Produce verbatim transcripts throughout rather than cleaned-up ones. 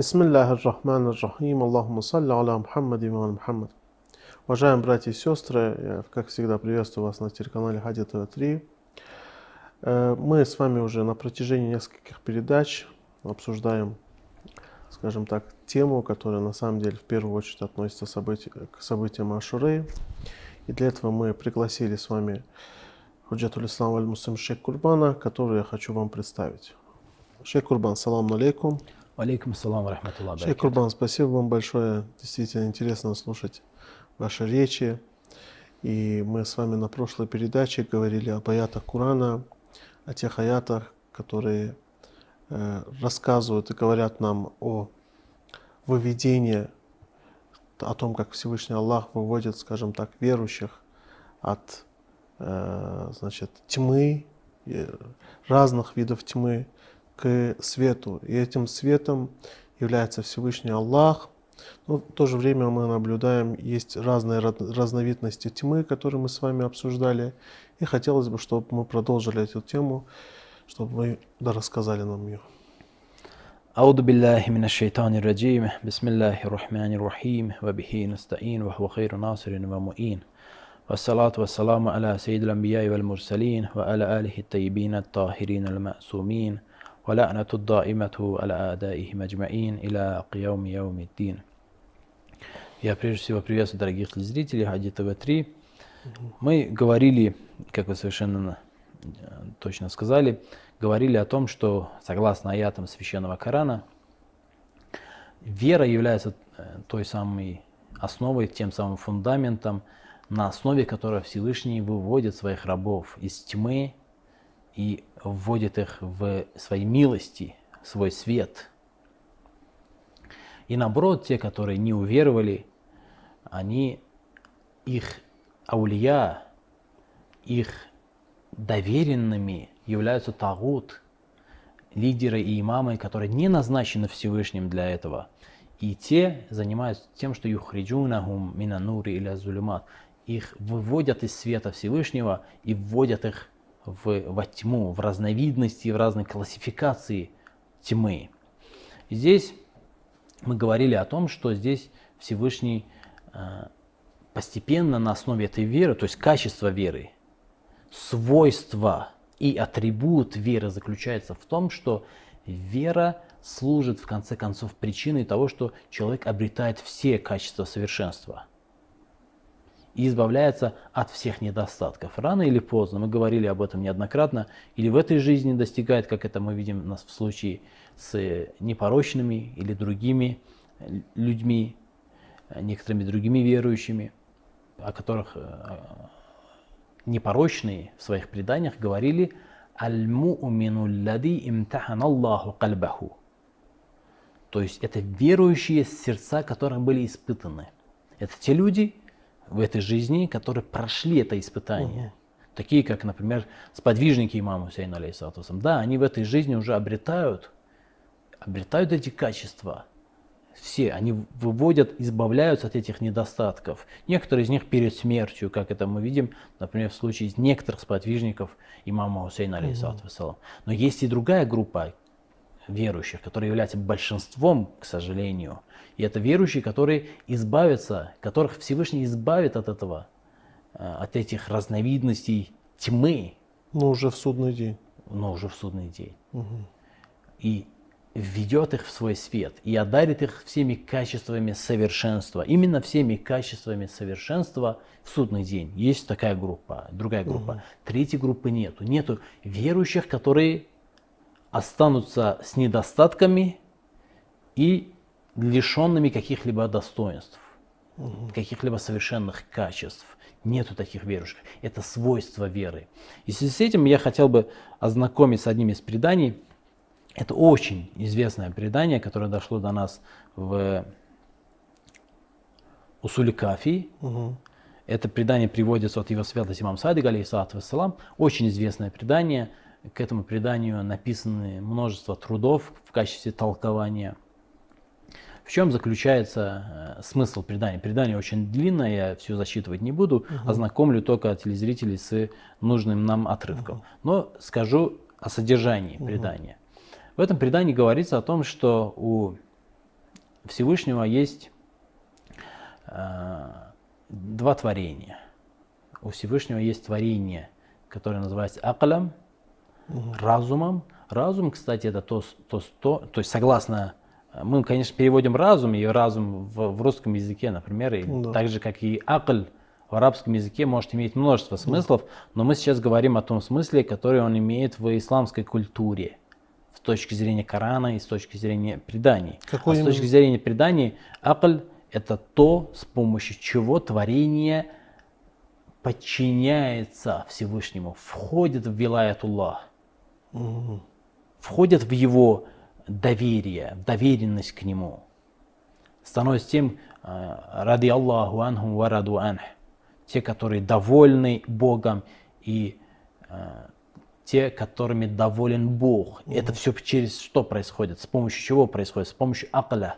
Бисмиллахи р-Рахмани р-Рахим. Аллахумма салли аля Мухаммади ва аля Мухаммад. Уважаемые братья и сестры, я, как всегда, приветствую вас на телеканале Хади ТВ три. Мы с вами уже на протяжении нескольких передач обсуждаем, скажем так, тему, которая на самом деле в первую очередь относится к событиям Ашуры. И для этого мы пригласили с вами Худжатуль Ислам аль-Муслим Шейх Курбана, которую я хочу вам представить. Шейх Курбан, салам алейкум. Алейкум салам рахматуллах. Шейх Курбан, спасибо вам большое. Действительно интересно слушать ваши речи. И мы с вами на прошлой передаче говорили об аятах Корана, о тех аятах, которые э, рассказывают и говорят нам о выведении, о том, как Всевышний Аллах выводит, скажем так, верующих от э, значит, тьмы, разных видов тьмы, к свету. И этим светом является Всевышний Аллах. Но в то же время мы наблюдаем, есть разные разновидности тьмы, которые мы с вами обсуждали. И хотелось бы, чтобы мы продолжили эту тему, чтобы вы да, рассказали нам ее. أعوذ بالله من الشيطان الرجيم بسم الله الرحمن الرحيم وبه نستعين وهو خير ناصر ومعين والصلاة والسلام على سيد الأنبياء والمرسلين وعلى آله الطيبين الطاهرين المعصومين ولعنة الدائمة على أعدائهم أجمعين إلى قيام يوم الدين. Я прежде всего приветствую дорогих телезрителей Хади ТВ три. Мы говорили, как вы совершенно точно сказали, говорили о том, что согласно аятам Священного Корана, вера является той самой основой, тем самым фундаментом, на основе которого Всевышний выводит своих рабов из тьмы и вводит их в свои милости, в свой свет. И наоборот, те, которые не уверовали, они, их аулия, их доверенными являются тагут, лидеры и имамы, которые не назначены Всевышним для этого. И те занимаются тем, что юхриджунахум мина нури иля зулюмат. Их выводят из света Всевышнего и вводят их в, во тьму, в разновидности, в разные классификации тьмы. И здесь мы говорили о том, что здесь Всевышний э, постепенно на основе этой веры, то есть качество веры, свойства и атрибут веры заключается в том, что вера служит в конце концов причиной того, что человек обретает все качества совершенства и избавляется от всех недостатков. Рано или поздно, мы говорили об этом неоднократно, или в этой жизни достигает, как это мы видим в случае с непорочными или другими людьми, некоторыми другими верующими, о которых непорочные в своих преданиях говорили «Аль-му'мину лади имтахан Аллаху кальбаху». То есть это верующие сердца, которых были испытаны. Это те люди в этой жизни, которые прошли это испытание. Uh-huh. Такие, как, например, сподвижники имама Хусейна, алейхиссалату вассалам. Да, они в этой жизни уже обретают, обретают эти качества. Все, они выводят, избавляются от этих недостатков. Некоторые из них перед смертью, как это мы видим, например, в случае некоторых сподвижников имама Хусейна, алейхиссалату вассалам. Но есть и другая группа верующих, которые являются большинством, к сожалению. И это верующие, которые избавятся, которых Всевышний избавит от этого, от этих разновидностей тьмы. Но уже в судный день. Но уже в судный день. Угу. И введет их в свой свет и одарит их всеми качествами совершенства. Именно всеми качествами совершенства в судный день. Есть такая группа, другая группа. Угу. Третьей группы нету. Нету верующих, которые останутся с недостатками и лишенными каких-либо достоинств, угу. каких-либо совершенных качеств. Нету таких верующих. Это свойство веры. И в связи с этим я хотел бы ознакомить с одним из преданий. Это очень известное предание, которое дошло до нас в Усуле Кафи. Угу. Это предание приводится от его святости имам Садик, алейхиссалату вассалам. Очень известное предание. К этому преданию написаны множество трудов в качестве толкования. В чем заключается э, смысл предания? Предание очень длинное, я все зачитывать не буду, угу. ознакомлю только телезрителей с нужным нам отрывком. Угу. Но скажу о содержании угу. предания. В этом предании говорится о том, что у Всевышнего есть э, два творения. У Всевышнего есть творение, которое называется аклям, угу. разумом. Разум, кстати, это то, то, то, то есть согласно, мы, конечно, переводим разум, и разум в, в русском языке, например, и да. так же, как и акль в арабском языке может иметь множество смыслов, да. но мы сейчас говорим о том смысле, который он имеет в исламской культуре, с точки зрения Корана и с точки зрения преданий. Какой а именно? С точки зрения преданий, акль – это то, с помощью чего творение подчиняется Всевышнему, входит в вилаятуллах, угу. входит в его доверие, в доверенность к нему, становится тем, ради Аллаху анхум ва раду анх, те, которые довольны Богом, и э, те, которыми доволен Бог. Mm-hmm. Это все через что происходит? С помощью чего происходит? С помощью акля,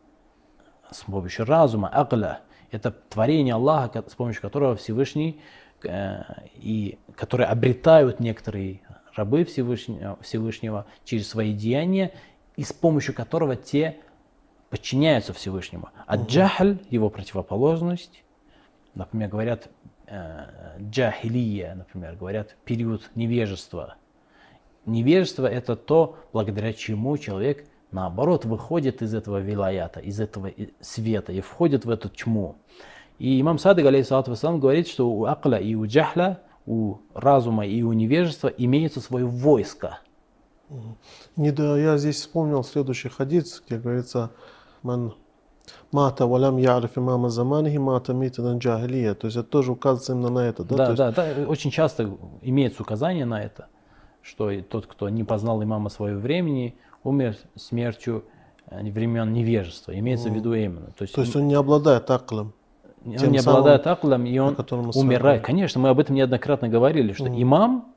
с помощью разума, акля. Это творение Аллаха, с помощью которого Всевышний, э, и которые обретают некоторые рабы Всевышнего, Всевышнего через свои деяния, и с помощью которого те подчиняются Всевышнему. А mm-hmm. джахль, его противоположность, например, говорят э, джахилия, например, говорят период невежества. Невежество – это то, благодаря чему человек, наоборот, выходит из этого вилаята, из этого света и входит в эту тьму. И имам Садик, алейхиссалату вассалам, говорит, что у акля и у джахля, у разума и у невежества имеется свое войско. Не, да, я здесь вспомнил следующий хадис, где говорится: «Ман мата валям яриф имама заманихи мата митадан джахилия». То есть это тоже указывается именно на это, да? Да, То да, есть... да, очень часто имеется указание на это, что тот, кто не познал имама своего времени, умер смертью времен невежества. Имеется mm. в виду именно. То есть, То есть он не обладает аклем. Он не обладает аклем, и он умирает. Конечно, мы об этом неоднократно говорили, что mm. имам,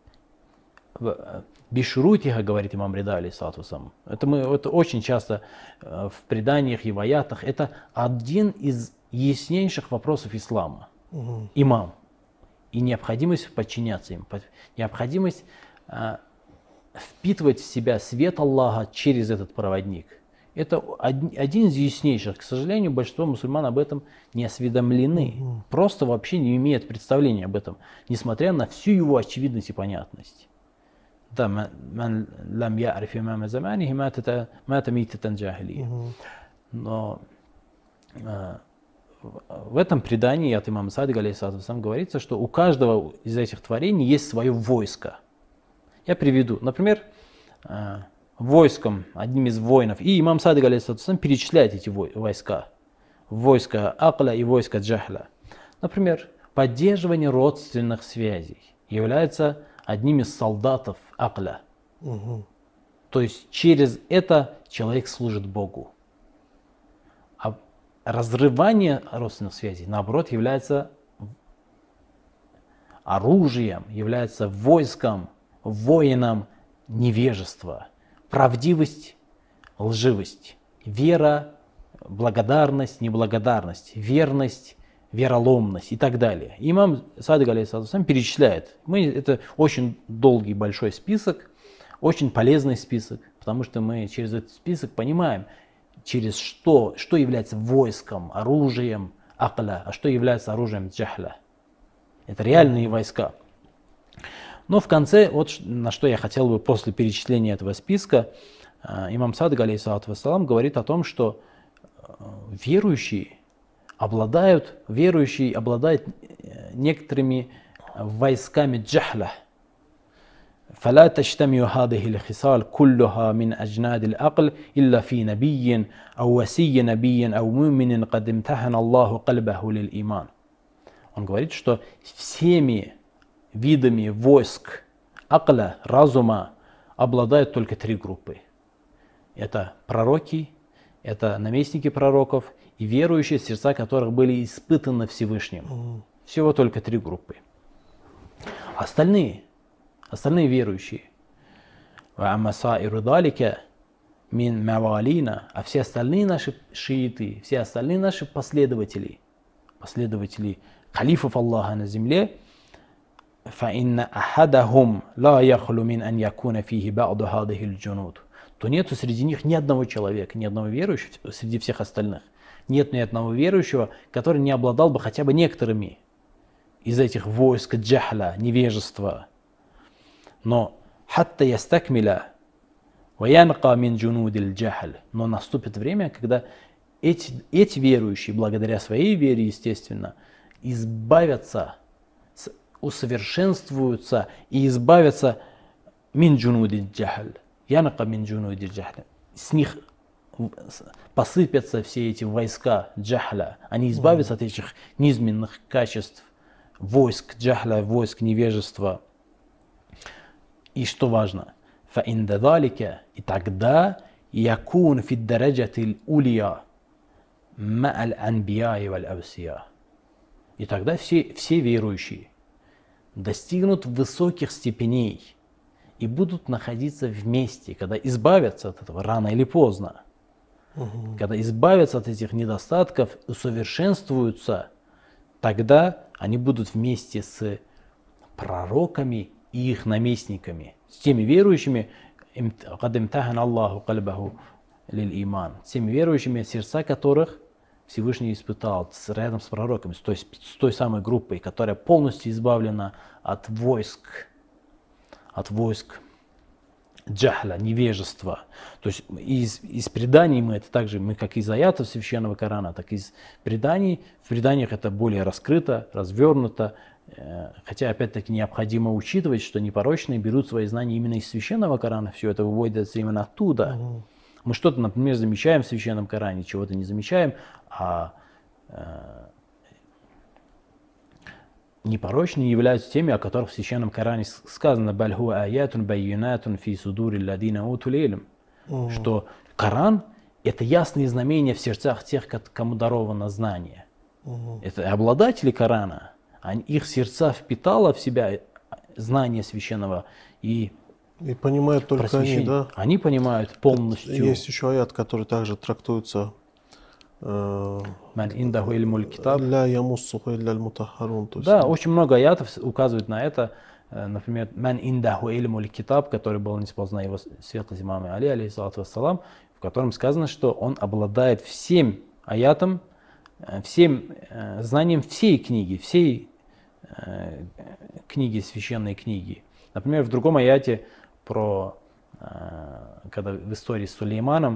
бишрутиха, говорит имам Рида, алейхиссалату вассалам. Это мы это очень часто в преданиях и в аятах. Это один из яснейших вопросов ислама. Mm. Имам. И необходимость подчиняться им. Необходимость а, впитывать в себя свет Аллаха через этот проводник. Это один из яснейших. К сожалению, большинство мусульман об этом не осведомлены. Mm-hmm. Просто вообще не имеют представления об этом, несмотря на всю его очевидность и понятность. Да, но э, в этом предании от имама Садика, алейхиссалату вассалам, говорится, что у каждого из этих творений есть свое войско. Я приведу, например, э, войском, одним из воинов, и имам Садик, алейхиссалату вассалам, перечисляет эти войска. Войско акля и войско джахля. Например, поддерживание родственных связей является одним из солдатов акля. Угу. То есть через это человек служит Богу. А разрывание родственных связей, наоборот, является оружием, является войском, воином невежества. Правдивость, лживость, вера, благодарность, неблагодарность, верность, вероломность и так далее. Имам Садик, алейхиссалату вассалам, перечисляет. Мы, это очень долгий, большой список, очень полезный список, потому что мы через этот список понимаем, через что, что является войском, оружием акля, а что является оружием джахля. Это реальные войска. Но в конце, вот на что я хотел бы после перечисления этого списка, имам Садик, алейхиссалату вассалам, говорит о том, что верующие обладают, верующий обладает некоторыми войсками джахля. فلا تجتمع هذه الخصال كلها من أجناد العقل إلا في نبي أو وسي نبي أو مؤمن قد امتحن الله قلبه للإيمان. Он говорит, что всеми видами войск акля, разума, обладают только три группы. Это пророки, это наместники пророков и верующие, сердца которых были испытаны Всевышним. Mm. Всего только три группы. Остальные, остальные верующие, а все остальные наши шииты, все остальные наши последователи, последователи халифов Аллаха на земле, то то нету среди них ни одного человека, ни одного верующего среди всех остальных. Нет ни одного верующего, который не обладал бы хотя бы некоторыми из этих войск джахля, невежества. Но хатта ястакмиля ва янка мин джунудил джахль. Но наступит время, когда эти, эти верующие, благодаря своей вере, естественно, избавятся, усовершенствуются и избавятся мин джунудил джахль. Янка мин джунудил джахль. С них посыпятся все эти войска джахля. Они избавятся от этих низменных качеств войск джахля, войск невежества. И что важно, فَإِنْدَ ذَلِكَ, и тогда يَكُونَ فِي الدَّرَجَةِ الْأُولِيَا مَعَ الْأَنْبِيَاءِ وَالْأَوْسِيَاءِ. И тогда все, все верующие достигнут высоких степеней и будут находиться вместе, когда избавятся от этого рано или поздно. Угу. Когда избавятся от этих недостатков, усовершенствуются, тогда они будут вместе с пророками и их наместниками, с теми верующими, с теми верующими, сердца которых Всевышний испытал рядом с пророками, то есть с той самой группой, которая полностью избавлена от войск, от войск джахля, невежества. То есть из, из преданий мы это также, мы как из аятов Священного Корана, так и из преданий. В преданиях это более раскрыто, развернуто. Хотя, опять-таки, необходимо учитывать, что непорочные берут свои знания именно из Священного Корана. Все это выводится именно оттуда. Угу. Мы что-то, например, замечаем в Священном Коране, чего-то не замечаем, а э, непорочные являются теми, о которых в Священном Коране сказано, что Коран – это ясные знамения в сердцах тех, кому даровано знание. Угу. Это обладатели Корана. Их сердца впитало в себя знание священного и И понимают только они, да? Они понимают полностью. Есть еще аят, который также трактуется «Ман индаху илмуль китаб». «Ля ямуссуху илля аль-мутаххарун». Да, очень много аятов указывают на это. Например, «Ман индаху илмуль китаб», который был ниспознан его светлость имама Али, алейхиссалату вассалам, в котором сказано, что он обладает всем аятом, всем знанием всей книги, всей книги, священной книги. Например, в другом аяте про, когда в истории с Сулейманом,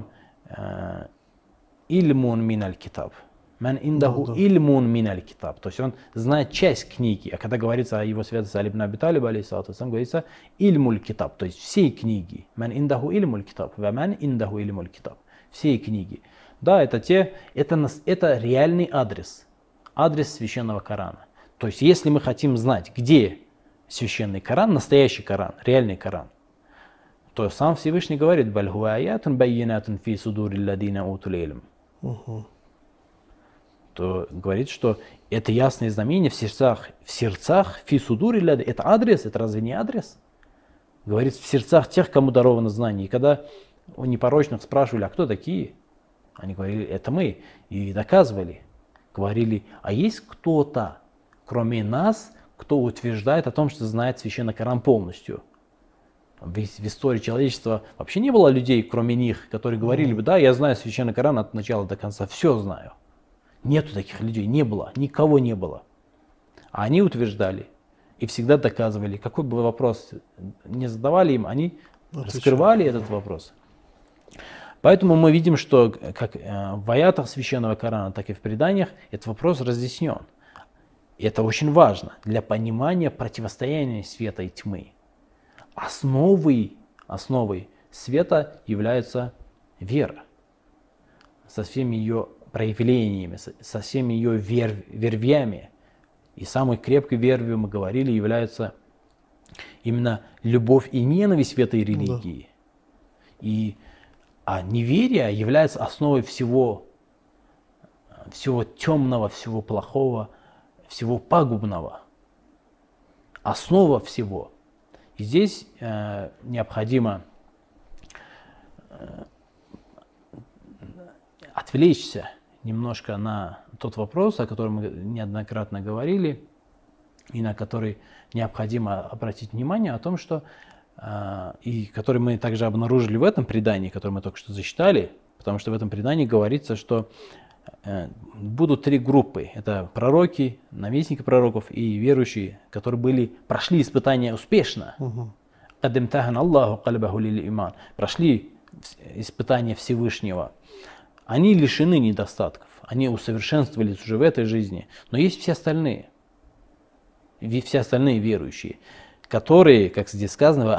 «Ильмун миналь китаб». «Ман индаху ильмун миналь китаб». То есть он знает часть книги. А когда говорится о его святости Али ибн Аби Талиб, алейхиссалату вассалам, говорится «Ильмуль китаб», то есть всей книги. «Ман индаху ильмуль китаб». «Ва ман индаху ильмуль китаб». Всей книги. Да, это, те, это, это реальный адрес. Адрес священного Корана. То есть если мы хотим знать, где священный Коран, настоящий Коран, реальный Коран, то сам Всевышний говорит, то говорит, что это ясные знамения в сердцах, в сердцах, фи судури лади, это адрес, это разве не адрес? Говорит, в сердцах тех, кому даровано знание. И когда у непорочных спрашивали, а кто такие? Они говорили, это мы. И доказывали. Говорили, а есть кто-то, кроме нас, кто утверждает о том, что знает Священный Коран полностью. Ведь в истории человечества вообще не было людей, кроме них, которые говорили бы, да, я знаю Священный Коран от начала до конца, все знаю. Нету таких людей, не было, никого не было. А они утверждали и всегда доказывали, какой бы вопрос не задавали им, они Отвечаю. раскрывали этот вопрос. Поэтому мы видим, что как в аятах Священного Корана, так и в преданиях этот вопрос разъяснен. И это очень важно для понимания противостояния света и тьмы. Основой, основой света является вера со всеми ее проявлениями, со всеми ее верв, вервями. И самой крепкой вервью, мы говорили, является именно любовь и ненависть в этой религии. Да. И, а неверие является основой всего, всего темного, всего плохого, всего пагубного. Основа всего. И здесь э, необходимо э, отвлечься немножко на тот вопрос, о котором мы неоднократно говорили, и на который необходимо обратить внимание, о том, что и который мы также обнаружили в этом предании, которое мы только что зачитали, потому что в этом предании говорится, что будут три группы. Это пророки, наместники пророков и верующие, которые были, прошли испытания успешно. Uh-huh. Прошли испытания Всевышнего. Они лишены недостатков. Они усовершенствовались уже в этой жизни. Но есть все остальные. Все остальные верующие, которые, как здесь сказано,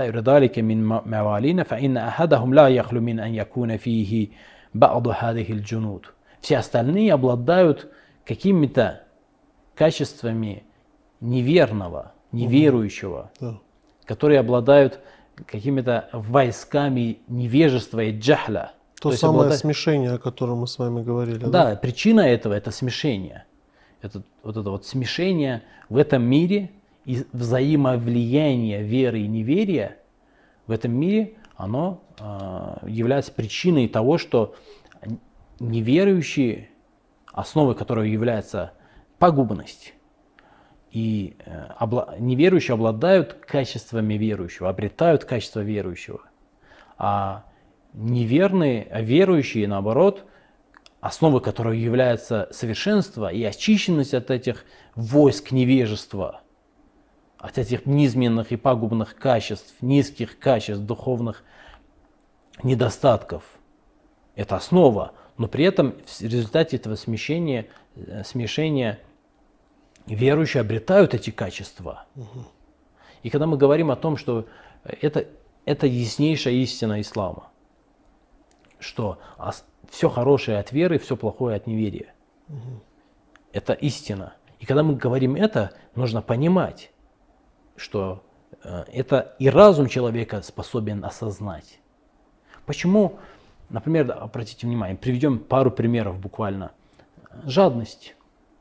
все остальные обладают какими-то качествами неверного, неверующего, uh-huh. которые обладают какими-то войсками невежества и джахля. То, То самое обладает... смешение, о котором мы с вами говорили. Да, да? Причина этого – это смешение. Это, вот это вот смешение в этом мире и взаимовлияние веры и неверия в этом мире, оно э, является причиной того, что неверующие, основой которой является пагубность, и э, обла- неверующие обладают качествами верующего, обретают качество верующего, а неверные, а верующие, наоборот, основой которой является совершенство и очищенность от этих войск невежества, от этих низменных и пагубных качеств, низких качеств, духовных недостатков. Это основа. Но при этом в результате этого смешения, смешения верующие обретают эти качества. Угу. И когда мы говорим о том, что это, это яснейшая истина ислама, что все хорошее от веры, все плохое от неверия. Угу. Это истина. И когда мы говорим это, нужно понимать, что это и разум человека способен осознать. Почему? Например, обратите внимание, приведем пару примеров буквально. Жадность.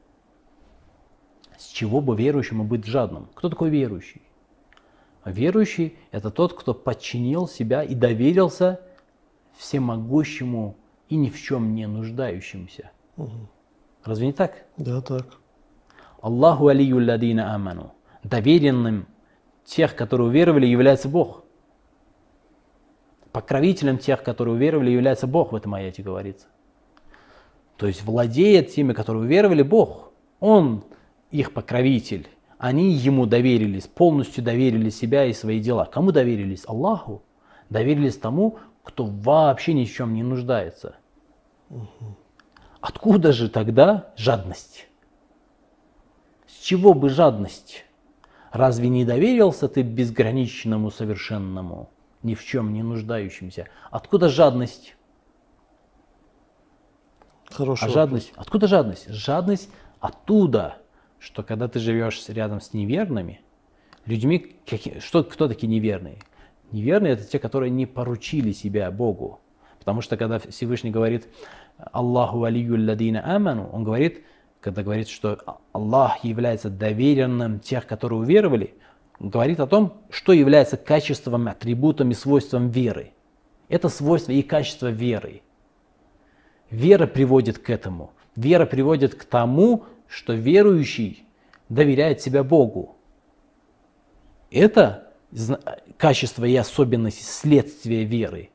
С чего бы верующему быть жадным? Кто такой верующий? Верующий – это тот, кто подчинил себя и доверился всемогущему и ни в чем не нуждающимся. Угу. Разве не так? Да, так. Аллаху алию ладина аману. Доверенным тех, которые уверовали, является Бог. Покровителем тех, которые уверовали, является Бог, в этом аяте говорится. То есть владеет теми, которые уверовали, Бог. Он их покровитель. Они ему доверились, полностью доверили себя и свои дела. Кому доверились? Аллаху. Доверились тому, кто вообще ни в чем не нуждается. Угу. Откуда же тогда жадность? С чего бы жадность? Разве не доверился ты безграничному, совершенному, ни в чем не нуждающимся? Откуда жадность? Хороший а жадность? Откуда жадность? Жадность оттуда, что когда ты живешь рядом с неверными людьми, какие, что, кто такие неверные? Неверные – это те, которые не поручили себя Богу. Потому что когда Всевышний говорит «Аллаху алию ладина аману», он говорит, когда говорит, что Аллах является доверенным тех, которые уверовали, он говорит о том, что является качеством, атрибутом и свойством веры. Это свойство и качество веры. Вера приводит к этому. Вера приводит к тому, что верующий доверяет себя Богу. Это качество и особенность следствия веры.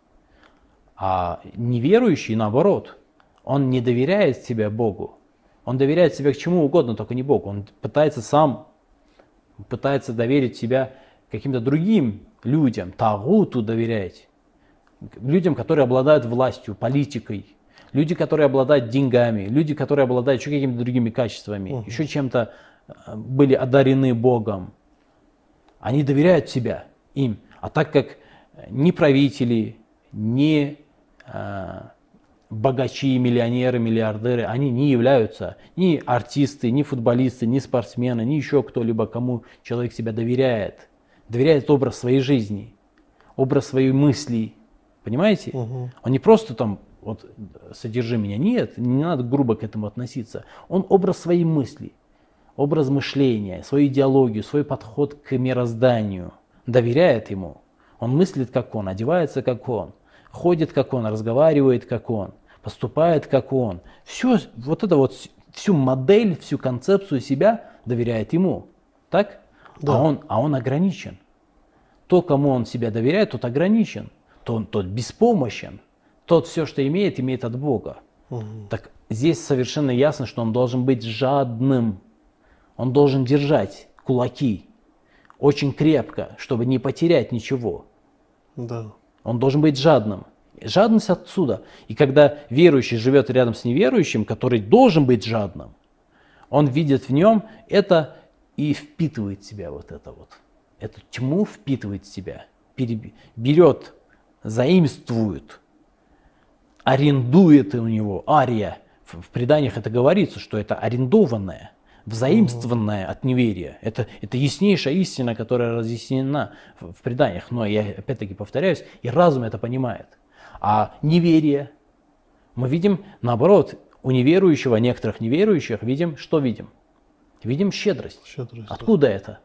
А неверующий, наоборот, он не доверяет себя Богу. Он доверяет себя к чему угодно, только не Богу. Он пытается сам, пытается доверить себя каким-то другим людям, тагуту доверять. Людям, которые обладают властью, политикой. Люди, которые обладают деньгами. Люди, которые обладают еще какими-то другими качествами. Uh-huh. Еще чем-то были одарены Богом. Они доверяют себя им. А так как ни правители, ни э, богачи, миллионеры, миллиардеры, они не являются ни артисты, ни футболисты, ни спортсмены, ни еще кто-либо, кому человек себя доверяет. Доверяет образ своей жизни, образ своей мысли. Понимаете? Угу. Он не просто там, вот, содержи меня. Нет, не надо грубо к этому относиться. Он образ своей мысли, образ мышления, свою идеологию, свой подход к мирозданию. Доверяет ему. Он мыслит, как он, одевается, как он, ходит, как он, разговаривает, как он, поступает, как он. Все, вот это вот, всю модель, всю концепцию себя доверяет ему. Так? Да. А он, а он ограничен. тот, кому он себя доверяет, тот ограничен, тот, тот беспомощен, тот все, что имеет, имеет от Бога. Угу. Так здесь совершенно ясно, что он должен быть жадным, он должен держать кулаки очень крепко, чтобы не потерять ничего. Да. Он должен быть жадным. Жадность отсюда. И когда верующий живет рядом с неверующим, который должен быть жадным, он видит в нем это и впитывает в себя вот это вот. Эту тьму впитывает в себя, берет, заимствует, арендует у него, ария. В, в преданиях это говорится, что это арендованное, взаимствованное от неверия. Это, это яснейшая истина, которая разъяснена в, в преданиях. Но я опять-таки повторяюсь, и разум это понимает. А неверие, мы видим, наоборот, у неверующего, некоторых неверующих, видим, что видим? Видим щедрость. щедрость Откуда да. это?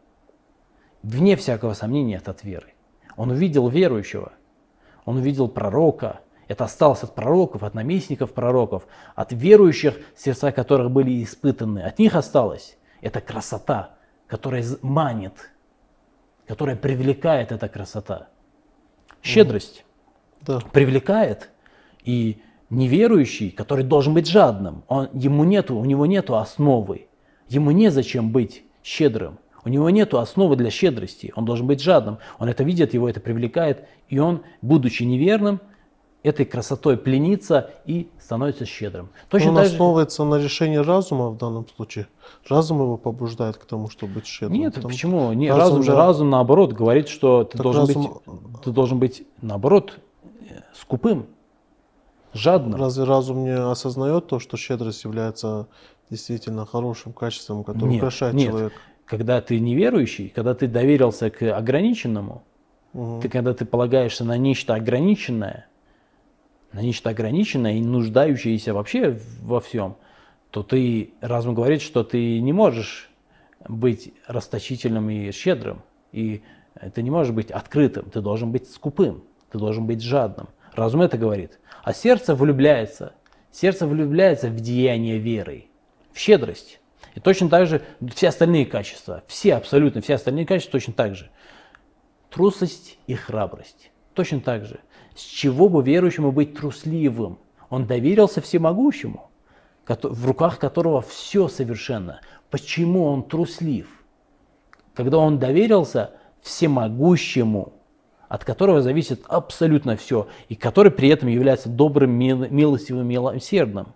Вне всякого сомнения, это от веры. Он увидел верующего, он увидел пророка. Это осталось от пророков, от наместников пророков, от верующих, сердца которых были испытаны. От них осталось. Это красота, которая манит, которая привлекает эта красота. Щедрость да. привлекает, и неверующий, который должен быть жадным, он, ему нету, у него нету основы, ему незачем быть щедрым, у него нету основы для щедрости, он должен быть жадным, он это видит, его это привлекает, и он, будучи неверным, этой красотой пленится и становится щедрым. Точно он основывается же... на решении разума в данном случае. Разум его побуждает к тому, чтобы быть щедрым. Нет, почему? Не, разум, разум, же... разум наоборот говорит, что ты должен, разум... быть, ты должен быть наоборот скупым, жадным. Разве разум не осознает то, что щедрость является действительно хорошим качеством, которое нет, украшает нет. человека? Когда ты неверующий, когда ты доверился к ограниченному, угу. ты, когда ты полагаешься на нечто ограниченное, на нечто ограниченное и нуждающееся вообще во всем, то ты, разум говорит, что ты не можешь быть расточительным и щедрым, и ты не можешь быть открытым, ты должен быть скупым, ты должен быть жадным. Разум это говорит. А сердце влюбляется, сердце влюбляется в деяние веры, в щедрость. И точно так же все остальные качества, все абсолютно, все остальные качества точно так же. Трусость и храбрость. Точно так же. С чего бы верующему быть трусливым? Он доверился всемогущему, в руках которого все совершенно. Почему он труслив? Когда он доверился всемогущему, от которого зависит абсолютно все, и который при этом является добрым, милостивым, милосердным.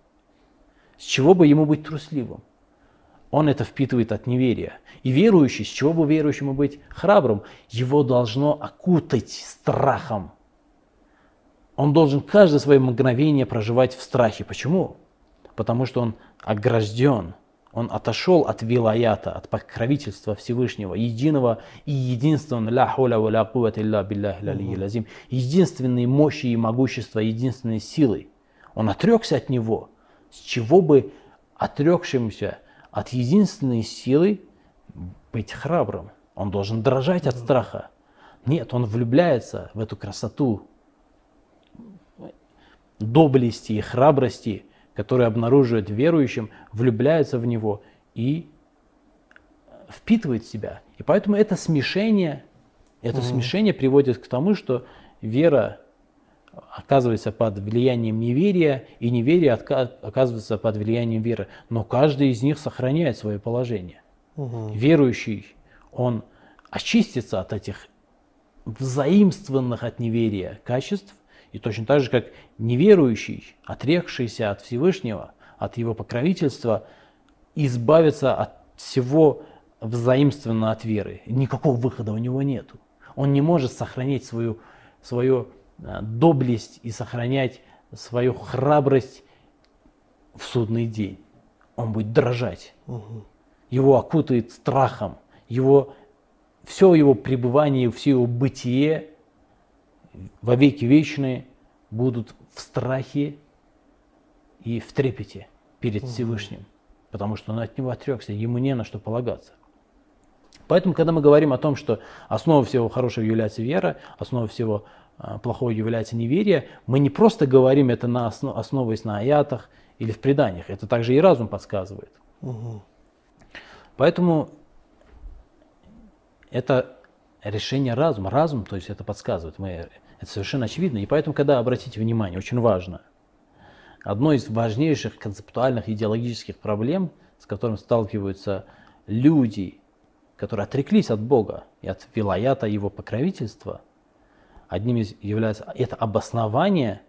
С чего бы ему быть трусливым? Он это впитывает от неверия. И верующий, с чего бы верующему быть храбрым? Его должно окутать страхом. Он должен каждое свое мгновение проживать в страхе. Почему? Потому что он огражден, он отошел от вилаята, от покровительства Всевышнего, единого и единственного, ля хуля ва ля куввата илля билляхи аль-алиyyил азим, единственной мощи и могущества, единственной силы. Он отрекся от него. С чего бы отрекшемуся от единственной силы быть храбрым? Он должен дрожать от страха. Нет, он влюбляется в эту красоту доблести и храбрости, которые обнаруживает верующим, влюбляется в него и впитывает в себя. И поэтому это смешение, это mm-hmm. смешение приводит к тому, что вера оказывается под влиянием неверия, и неверие оказывается под влиянием веры. Но каждый из них сохраняет свое положение. Mm-hmm. Верующий, он очистится от этих взаимствованных от неверия качеств, и точно так же, как неверующий, отрекшийся от Всевышнего, от его покровительства, избавится от всего взаимствованного от веры. Никакого выхода у него нету. Он не может сохранять свою, свою доблесть и сохранять свою храбрость в судный день. Он будет дрожать. Угу. Его окутает страхом. Его, все его пребывание, все его бытие во веки вечные будут в страхе и в трепете перед угу. Всевышним, потому что он от него отрекся, ему не на что полагаться. Поэтому, когда мы говорим о том, что основой всего хорошего является вера, основой всего а, плохого является неверие, мы не просто говорим это на основ, основываясь на аятах или в преданиях, это также и разум подсказывает. Угу. Поэтому это решение разума. Разум, то есть это подсказывает. Мы, это совершенно очевидно. И поэтому, когда, обратите внимание, очень важно, одной из важнейших концептуальных идеологических проблем, с которым сталкиваются люди, которые отреклись от Бога и от вилаята его покровительства, одним из является это обоснование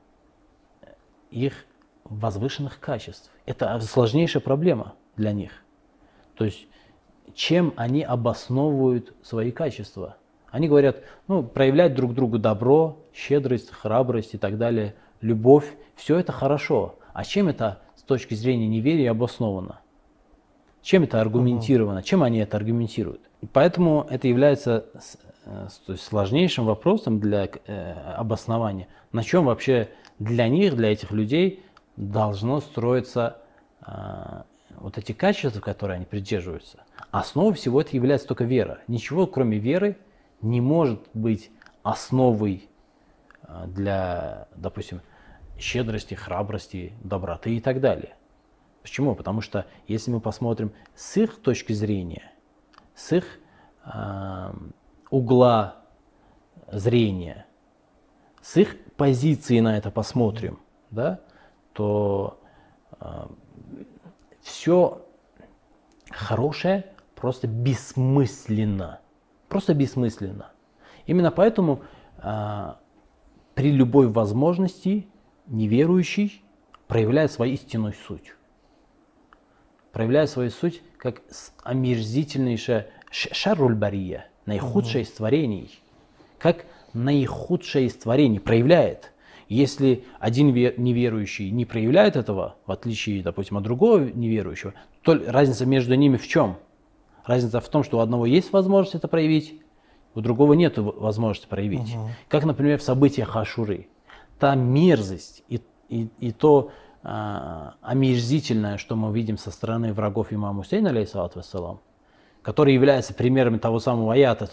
их возвышенных качеств. Это сложнейшая проблема для них. То есть, чем они обосновывают свои качества? Они говорят, ну, проявлять друг другу добро, щедрость, храбрость и так далее, любовь, все это хорошо. А чем это с точки зрения неверия обосновано? Чем это аргументировано? Чем они это аргументируют? И поэтому это является то есть, сложнейшим вопросом для э, обоснования. На чем вообще для них, для этих людей должно строиться э, вот эти качества, которые они придерживаются. Основой всего это является только вера. Ничего, кроме веры, не может быть основой э, для, допустим, щедрости, храбрости, доброты и так далее. Почему? Потому что если мы посмотрим с их точки зрения, с их э, угла зрения, с их позиции на это посмотрим, да, то э, все хорошее просто бессмысленно. Просто бессмысленно. Именно поэтому э, при любой возможности неверующий проявляет свою истинную суть. Проявляет свою суть как омерзительнейшая шарруль бария, наихудшее из творений, как наихудшее из творений проявляет. Если один неверующий не проявляет этого, в отличие, допустим, от другого неверующего, то разница между ними в чем? Разница в том, что у одного есть возможность это проявить, у другого нет возможности проявить. Uh-huh. Как, например, в событиях Ашуры. Та мерзость и, и, и то а, омерзительное, что мы видим со стороны врагов имама Хусейна, алейхиссалату вассалам, который является примерами того самого аята,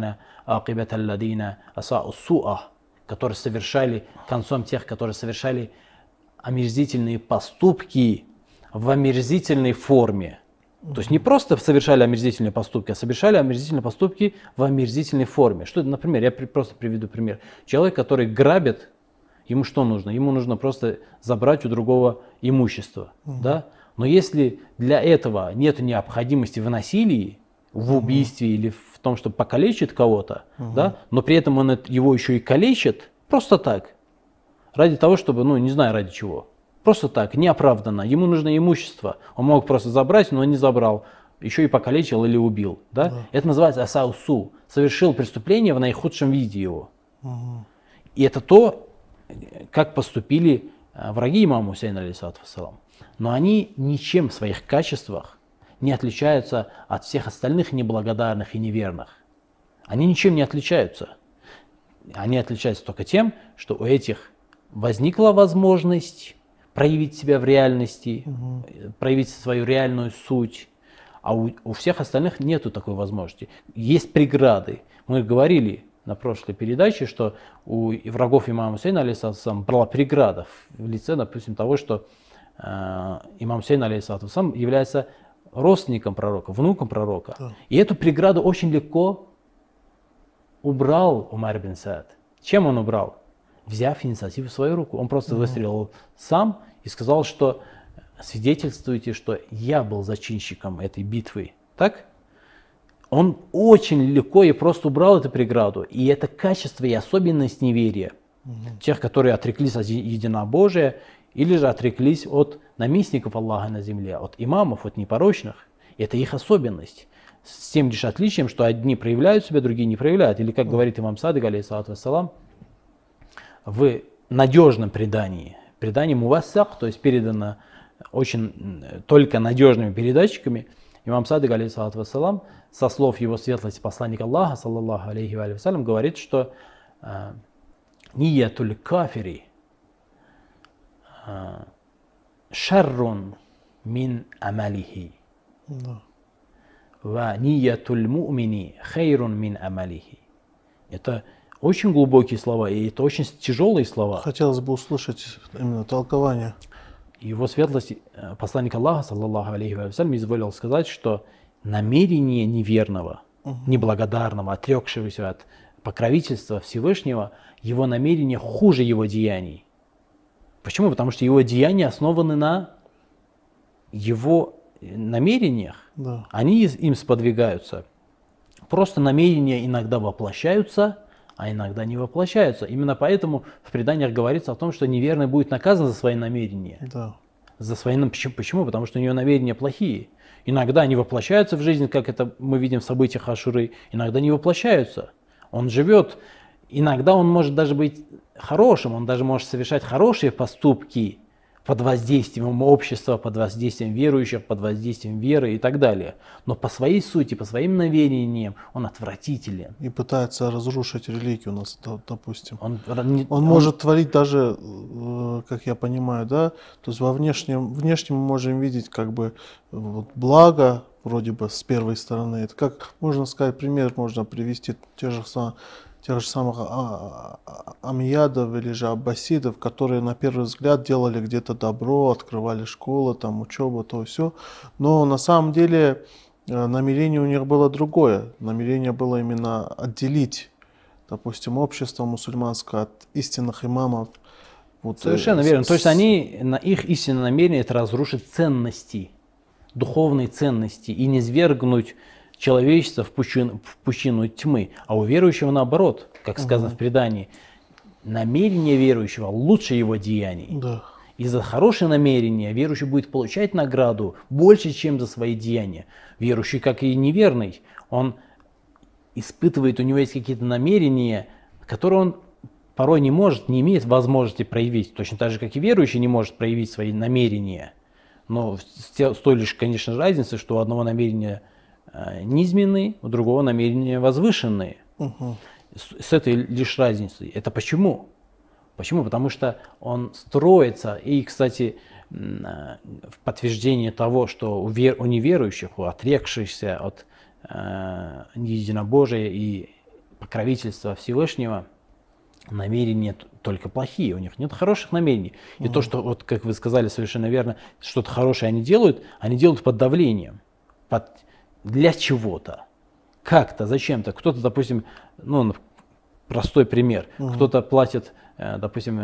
которые совершали, концом тех, которые совершали омерзительные поступки в омерзительной форме. То есть не просто совершали омерзительные поступки, а совершали омерзительные поступки в омерзительной форме. Что это, например, я просто приведу пример. Человек, который грабит, ему что нужно? Ему нужно просто забрать у другого имущество. Угу. Да? Но если для этого нет необходимости в насилии, в убийстве угу. или в том, чтобы покалечить кого-то, угу. да? Но при этом он его еще и калечит, просто так, ради того, чтобы, ну не знаю ради чего. Просто так, неоправданно. Ему нужно имущество. Он мог просто забрать, но не забрал. Еще и покалечил или убил. Да? Да. Это называется асаусу. Совершил преступление в наихудшем виде его. Угу. И это то, как поступили враги имама Хусейна, алейхиссалату вассалам. Но они ничем в своих качествах не отличаются от всех остальных неблагодарных и неверных. Они ничем не отличаются. Они отличаются только тем, что у этих возникла возможность проявить себя в реальности, угу. проявить свою реальную суть, а у, у всех остальных нету такой возможности. Есть преграды. Мы говорили на прошлой передаче, что у врагов имама Хусейна, алейхиссалату вассалам, была преграда в лице, допустим, того, что э, имам Хусейн, алейхиссалату вассалам, является родственником пророка, внуком пророка. Да. И эту преграду очень легко убрал Умар бин Саад. Чем он убрал? Взяв инициативу в свою руку. Он просто mm-hmm. выстрелил сам и сказал, что свидетельствуйте, что я был зачинщиком этой битвы. Так? Он очень легко и просто убрал эту преграду. И это качество и особенность неверия. Mm-hmm. Тех, которые отреклись от единобожия, или же отреклись от наместников Аллаха на земле, от имамов, от непорочных. Это их особенность. С тем лишь отличием, что одни проявляют себя, другие не проявляют. Или, как mm-hmm. говорит имам Садык, алейхиссалату вассалам, в надежном предании, предании мувассак, то есть передано очень только надежными передатчиками, имам Садык, алейхиссалату вассалам, со слов его светлости посланника Аллаха, саллаллаху алейхи ва вассалям, говорит, что ниятуль кафири шаррун мин амалихи ва ниятуль му'мини хейрун мин амалихи. Это очень глубокие слова, и это очень тяжелые слова. Хотелось бы услышать именно толкование. Его светлость, посланник Аллаха, саллаллаху алейхи ва саллям, изволил сказать, что намерение неверного неблагодарного, отрекшегося от покровительства Всевышнего, его намерения хуже его деяний. Почему? Потому что его деяния основаны на его намерениях. Да. Они им сподвигаются. Просто намерения иногда воплощаются, а иногда не воплощаются. Именно поэтому в преданиях говорится о том, что неверный будет наказан за свои намерения. Да. За свои, почему? Почему? Потому что у него намерения плохие. Иногда они воплощаются в жизнь, как это мы видим в событиях Ашуры, иногда не воплощаются. Он живет, иногда он может даже быть хорошим, он даже может совершать хорошие поступки под воздействием общества, под воздействием верующих, под воздействием веры и так далее. Но по своей сути, по своим намерениям он отвратителен. И пытается разрушить религию у нас, допустим. Он, он, он может творить даже, как я понимаю, да, то есть во внешнем, внешнем мы можем видеть как бы вот благо, вроде бы с первой стороны. Это как, можно сказать, пример можно привести те же самые, тех же самых амиядов или же аббасидов, которые на первый взгляд делали где-то добро, открывали школы, там учебу, то все. Но на самом деле намерение у них было другое. Намерение было именно отделить, допустим, общество мусульманское от истинных имамов. Вот, совершенно с, верно. То есть они, на их истинное намерение это разрушить ценности, духовные ценности и низвергнуть человечество в пучину, в пучину тьмы, а у верующего наоборот, как сказано угу. в предании, намерение верующего лучше его деяний. Да. И за хорошее намерение верующий будет получать награду больше, чем за свои деяния. Верующий, как и неверный, он испытывает, у него есть какие-то намерения, которые он порой не может, не имеет возможности проявить. Точно так же, как и верующий не может проявить свои намерения. Но с той лишь, конечно, разницей, что у одного намерения низменные, у другого намерения возвышенные. Угу. С, с этой лишь разницей. Это почему? Почему? Потому что он строится, и, кстати, в подтверждение того, что у, вер, у неверующих, у отрекшихся от э, единобожия и покровительства Всевышнего, намерения только плохие, у них нет хороших намерений. И угу. то, что, вот, как вы сказали совершенно верно, что-то хорошее они делают, они делают под давлением, под для чего-то, как-то, зачем-то. Кто-то, допустим, ну, простой пример, угу. кто-то платит, допустим,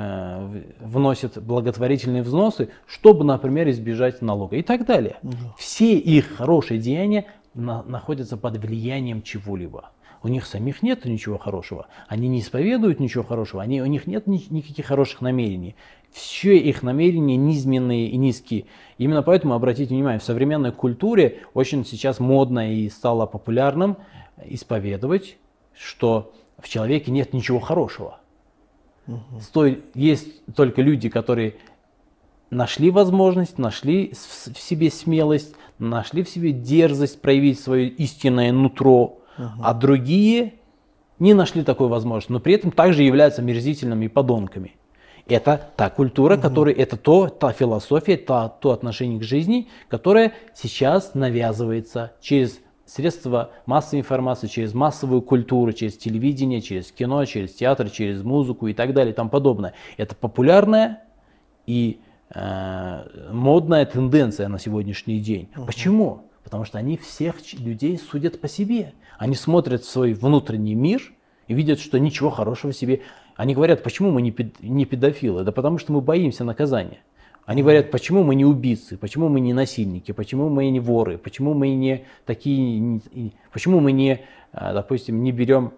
вносит благотворительные взносы, чтобы, например, избежать налога и так далее. Угу. Все их хорошие деяния на, находятся под влиянием чего-либо. У них самих нет ничего хорошего, они не исповедуют ничего хорошего, они, у них нет ни, никаких хороших намерений. Все их намерения низменные и низкие. Именно поэтому, обратите внимание, в современной культуре очень сейчас модно и стало популярным исповедовать, что в человеке нет ничего хорошего. Угу. Стой, есть только люди, которые нашли возможность, нашли в себе смелость, нашли в себе дерзость проявить свое истинное нутро, угу. а другие не нашли такой возможности, но при этом также являются мерзительными подонками. Это та культура, угу. которая, это то, та философия, та, то отношение к жизни, которое сейчас навязывается через средства массовой информации, через массовую культуру, через телевидение, через кино, через театр, через музыку и так далее и тому подобное. Это популярная и э, модная тенденция на сегодняшний день. Угу. Почему? Потому что они всех людей судят по себе. Они смотрят в свой внутренний мир и видят, что ничего хорошего в себе. Они говорят, почему мы не педофилы? Да потому что мы боимся наказания. Они говорят, почему мы не убийцы, почему мы не насильники, почему мы не воры, почему мы не такие, почему мы не, допустим, не берем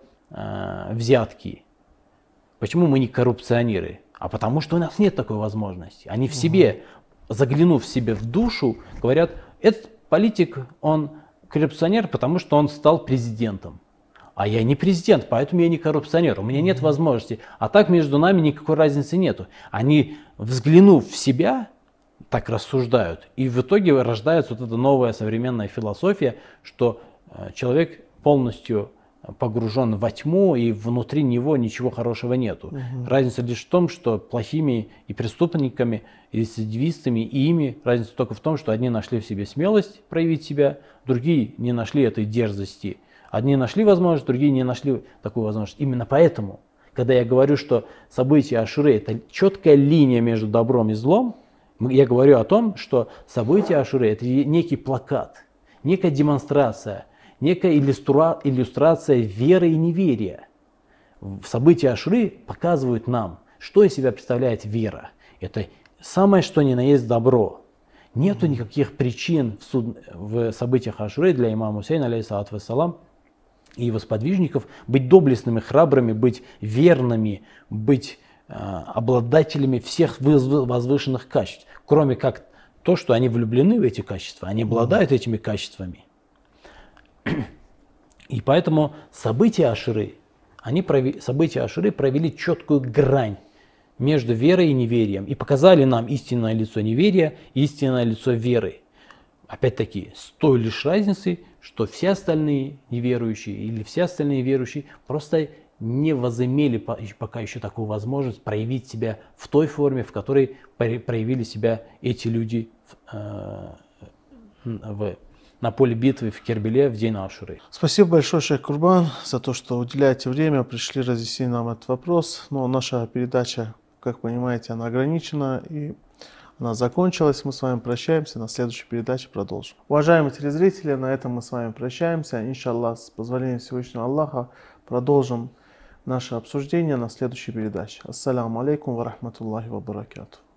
взятки, почему мы не коррупционеры? А потому что у нас нет такой возможности. Они в себе, заглянув себе в душу, говорят, этот политик, он коррупционер, потому что он стал президентом. А я не президент, поэтому я не коррупционер, у меня нет возможности. А так между нами никакой разницы нету. Они, взглянув в себя, так рассуждают. И в итоге рождается вот эта новая современная философия, что человек полностью погружен во тьму, и внутри него ничего хорошего нету. Угу. Разница лишь в том, что плохими и преступниками, и рецидивистами, и ими разница только в том, что одни нашли в себе смелость проявить себя, другие не нашли этой дерзости. Одни нашли возможность, другие не нашли такую возможность. Именно поэтому, когда я говорю, что события Ашуры – это четкая линия между добром и злом, я говорю о том, что события Ашуры – это некий плакат, некая демонстрация, некая иллюстра... иллюстрация веры и неверия. События Ашуры показывают нам, что из себя представляет вера. Это самое что ни на есть добро. Нету никаких причин в, суд... в событиях Ашуры для имама Хусейна, алейхиссалату вассалам, и его сподвижников быть доблестными, храбрыми, быть верными, быть э, обладателями всех возвышенных качеств, кроме как то, что они влюблены в эти качества, они обладают этими качествами. И поэтому события Ашуры, они прови... события Ашуры провели четкую грань между верой и неверием и показали нам истинное лицо неверия и истинное лицо веры. Опять-таки, с той лишь разницей, что все остальные неверующие или все остальные верующие просто не возымели пока еще такую возможность проявить себя в той форме, в которой проявили себя эти люди в, в, на поле битвы в Кербеле в день Ашуры. Спасибо большое, шейх Курбан, за то, что уделяете время, пришли разъяснить нам этот вопрос. Но наша передача, как понимаете, она ограничена и она закончилась. Мы с вами прощаемся. На следующей передаче продолжим. Уважаемые телезрители, на этом мы с вами прощаемся. Иншаллах, с позволения Всевышнего Аллаха, продолжим наше обсуждение на следующей передаче. Ассаляму алейкум ва рахматуллахи ва баракату.